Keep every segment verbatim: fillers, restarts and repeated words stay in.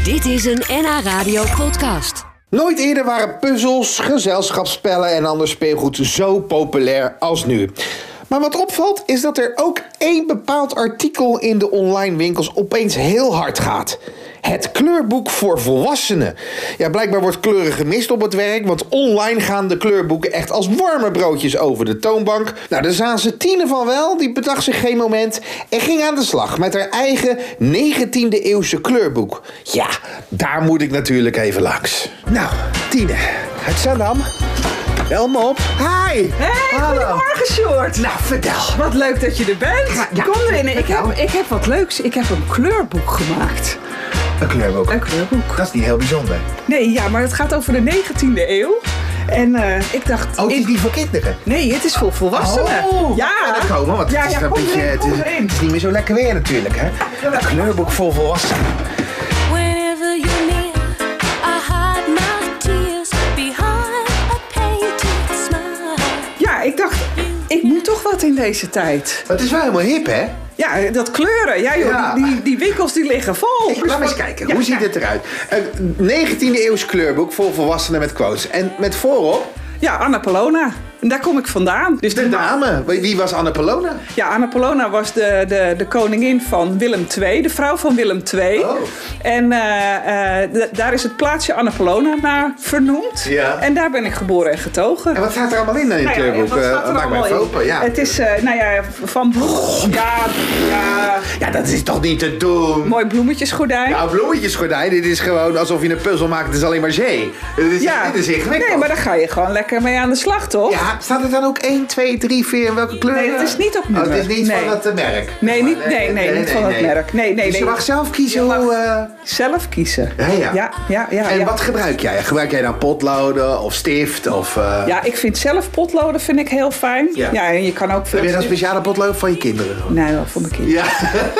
Dit is een N H Radio podcast. Nooit eerder waren puzzels, gezelschapsspellen en ander speelgoed zo populair als nu. Maar wat opvalt is dat er ook één bepaald artikel in de online winkels opeens heel hard gaat. Het kleurboek voor volwassenen. Ja, blijkbaar wordt kleuren gemist op het werk, want online gaan de kleurboeken echt als warme broodjes over de toonbank. Nou, de Zaanse Tine van Wel, die bedacht zich geen moment en ging aan de slag met haar eigen negentiende eeuwse kleurboek. Ja, daar moet ik natuurlijk even langs. Nou, Tine, uit Zaandam. Bel me op. Hi. Hey, hallo. Goedemorgen, Sjoerd. Nou, vertel. Wat leuk dat je er bent. Ja, ja. Kom erin. Ik heb, ik heb wat leuks. Ik heb een kleurboek gemaakt. Een kleurboek. Een kleurboek. Dat is niet heel bijzonder. Nee, ja, maar het gaat over de negentiende eeuw. En uh, ik dacht... Oh, het is ik... niet voor kinderen? Nee, het is voor volwassenen. Oh, ja. Ja, dat komen, want ja, het is ja, een kom beetje... erin, het, kom is, erin. het is niet meer zo lekker weer natuurlijk, hè? Een kleurboek voor volwassenen. Whenever you're near, I hide my tears behind a painted smile. Ja, ik dacht, ik moet toch wat in deze tijd. Maar het is wel helemaal hip, hè? Ja, dat kleuren. Ja, joh, Ja. Die, die, die winkels die liggen vol. Laten we eens kijken, Ja, hoe ziet ja. het eruit? Een negentiende eeuws kleurboek voor volwassenen met quotes. En met voorop Ja, Anna Polona. En daar kom ik vandaan. Dus de die- dame. Wie was Anna Polona? Ja, Anna Polona was de, de, de koningin van Willem de Tweede, de vrouw van Willem de Tweede. Oh. En uh, uh, d- daar is het plaatsje Anna Polona naar vernoemd. Ja. En daar ben ik geboren en getogen. En wat staat er allemaal in in het Nou ja, kleurboek? wat staat Uh, er maak maar allemaal even in? open, ja. Het is, uh, nou ja, van bloem. Ja, ja, Ja, dat is toch niet te doen? mooi bloemetjesgordijn. Nou, bloemetjesgordijn, dit is gewoon alsof je een puzzel maakt. Het is alleen maar zee. Dit is, Ja. dit is ingewikkeld. Nee, maar daar ga je gewoon lekker mee aan de slag, toch? Ja, staat er dan ook één, twee, drie, vier en welke kleur? Nee, het is niet op Oh, nummer. het is niet Nee. van het uh, merk? Nee, niet, nee, nee, niet van het merk. Nee, nee, Dus nee. je mag zelf kiezen Je mag hoe... uh, zelf kiezen. Ja, ja. Ja, ja, ja, En ja. wat gebruik jij? Gebruik jij dan potloden of stift? Of, uh... Ja, ik vind zelf potloden vind ik heel fijn. Ja. Ja, en je kan ook veel... Heb je dan speciale potlood van je kinderen? Nee, wel voor mijn kinderen. Ja.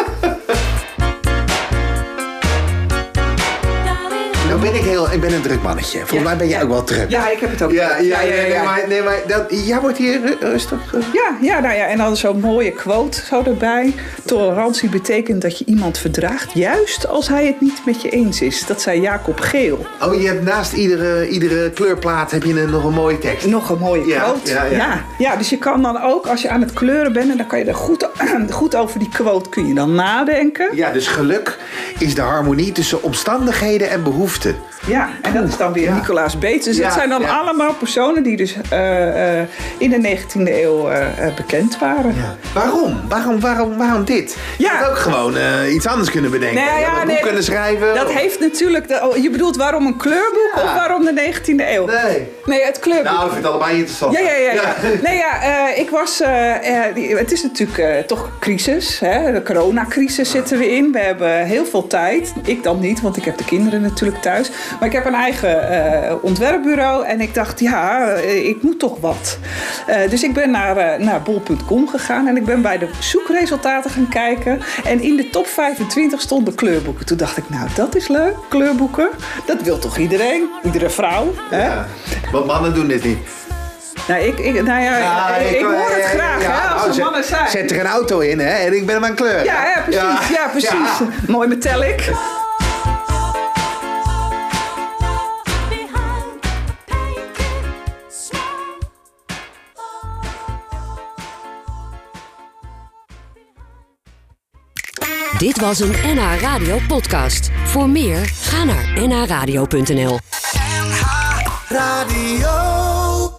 Nou ben ik heel... Ik ben een druk mannetje. Volgens Ja, mij ben jij ja. ook wel druk. Ja, ik heb het ook. Ja, ja, ja, ja, nee, ja. maar, nee, maar dat, jij wordt hier ru- rustig. uh, Ja, ja, nou ja, en dan zo'n mooie quote zo erbij. Tolerantie betekent dat je iemand verdraagt, juist als hij het niet met je eens is. Dat zei Jacob Geel. Oh, je hebt naast iedere, iedere kleurplaat heb je een, nog een mooie tekst. Nog een mooie Ja, quote. ja, ja. Ja, ja, dus je kan dan ook, als je aan het kleuren bent, en dan kan je er goed, goed over die quote kun je dan nadenken. Ja, dus geluk is de harmonie tussen omstandigheden en behoeften. Ja, en dat is dan weer Ja. Nicolaas Beets. Dus Ja, dat zijn dan ja. allemaal personen die dus uh, uh, in de negentiende eeuw uh, uh, bekend waren. Ja. Waarom? Waarom, waarom, waarom dit? Ja. Je had ook gewoon uh, iets anders kunnen bedenken. Nee, ja, je had een nee, boek kunnen schrijven. Dat heeft natuurlijk... De, oh, je bedoelt waarom een kleurboek Ja. of waarom de negentiende eeuw? Nee. Nee, het kleurboek. Nou, ik vind het allebei interessant. Ja, ja, ja. ja. Nee, ja, uh, ik was... Uh, uh, die- het is natuurlijk uh, toch crisis. Hè? De coronacrisis zitten we in. We hebben heel veel tijd. Ik dan niet, want ik heb de kinderen natuurlijk thuis. Maar ik heb een eigen uh, ontwerpbureau. En ik dacht, ja, uh, ik moet toch wat. Uh, dus ik ben naar, uh, naar bol punt com gegaan. En ik ben bij de zoekresultaten gaan kijken. En in de top vijfentwintig stonden kleurboeken. Toen dacht ik, nou, dat is leuk. Kleurboeken. Dat wil toch iedereen? Iedere vrouw. Hè? Ja. Want mannen doen dit niet. Nou, ik, ik, nou ja, Ja, ik, ik kan- hoor het graag, ja, hè, als nou, er zet- mannen zijn. Zet er een auto in, hè? En ik ben hem aan het kleuren. Ja, ja, precies. Ja, precies. Ja. Mooi metallic. Dit was een N H Radio podcast. Voor meer, ga naar n h radio punt n l. Radio.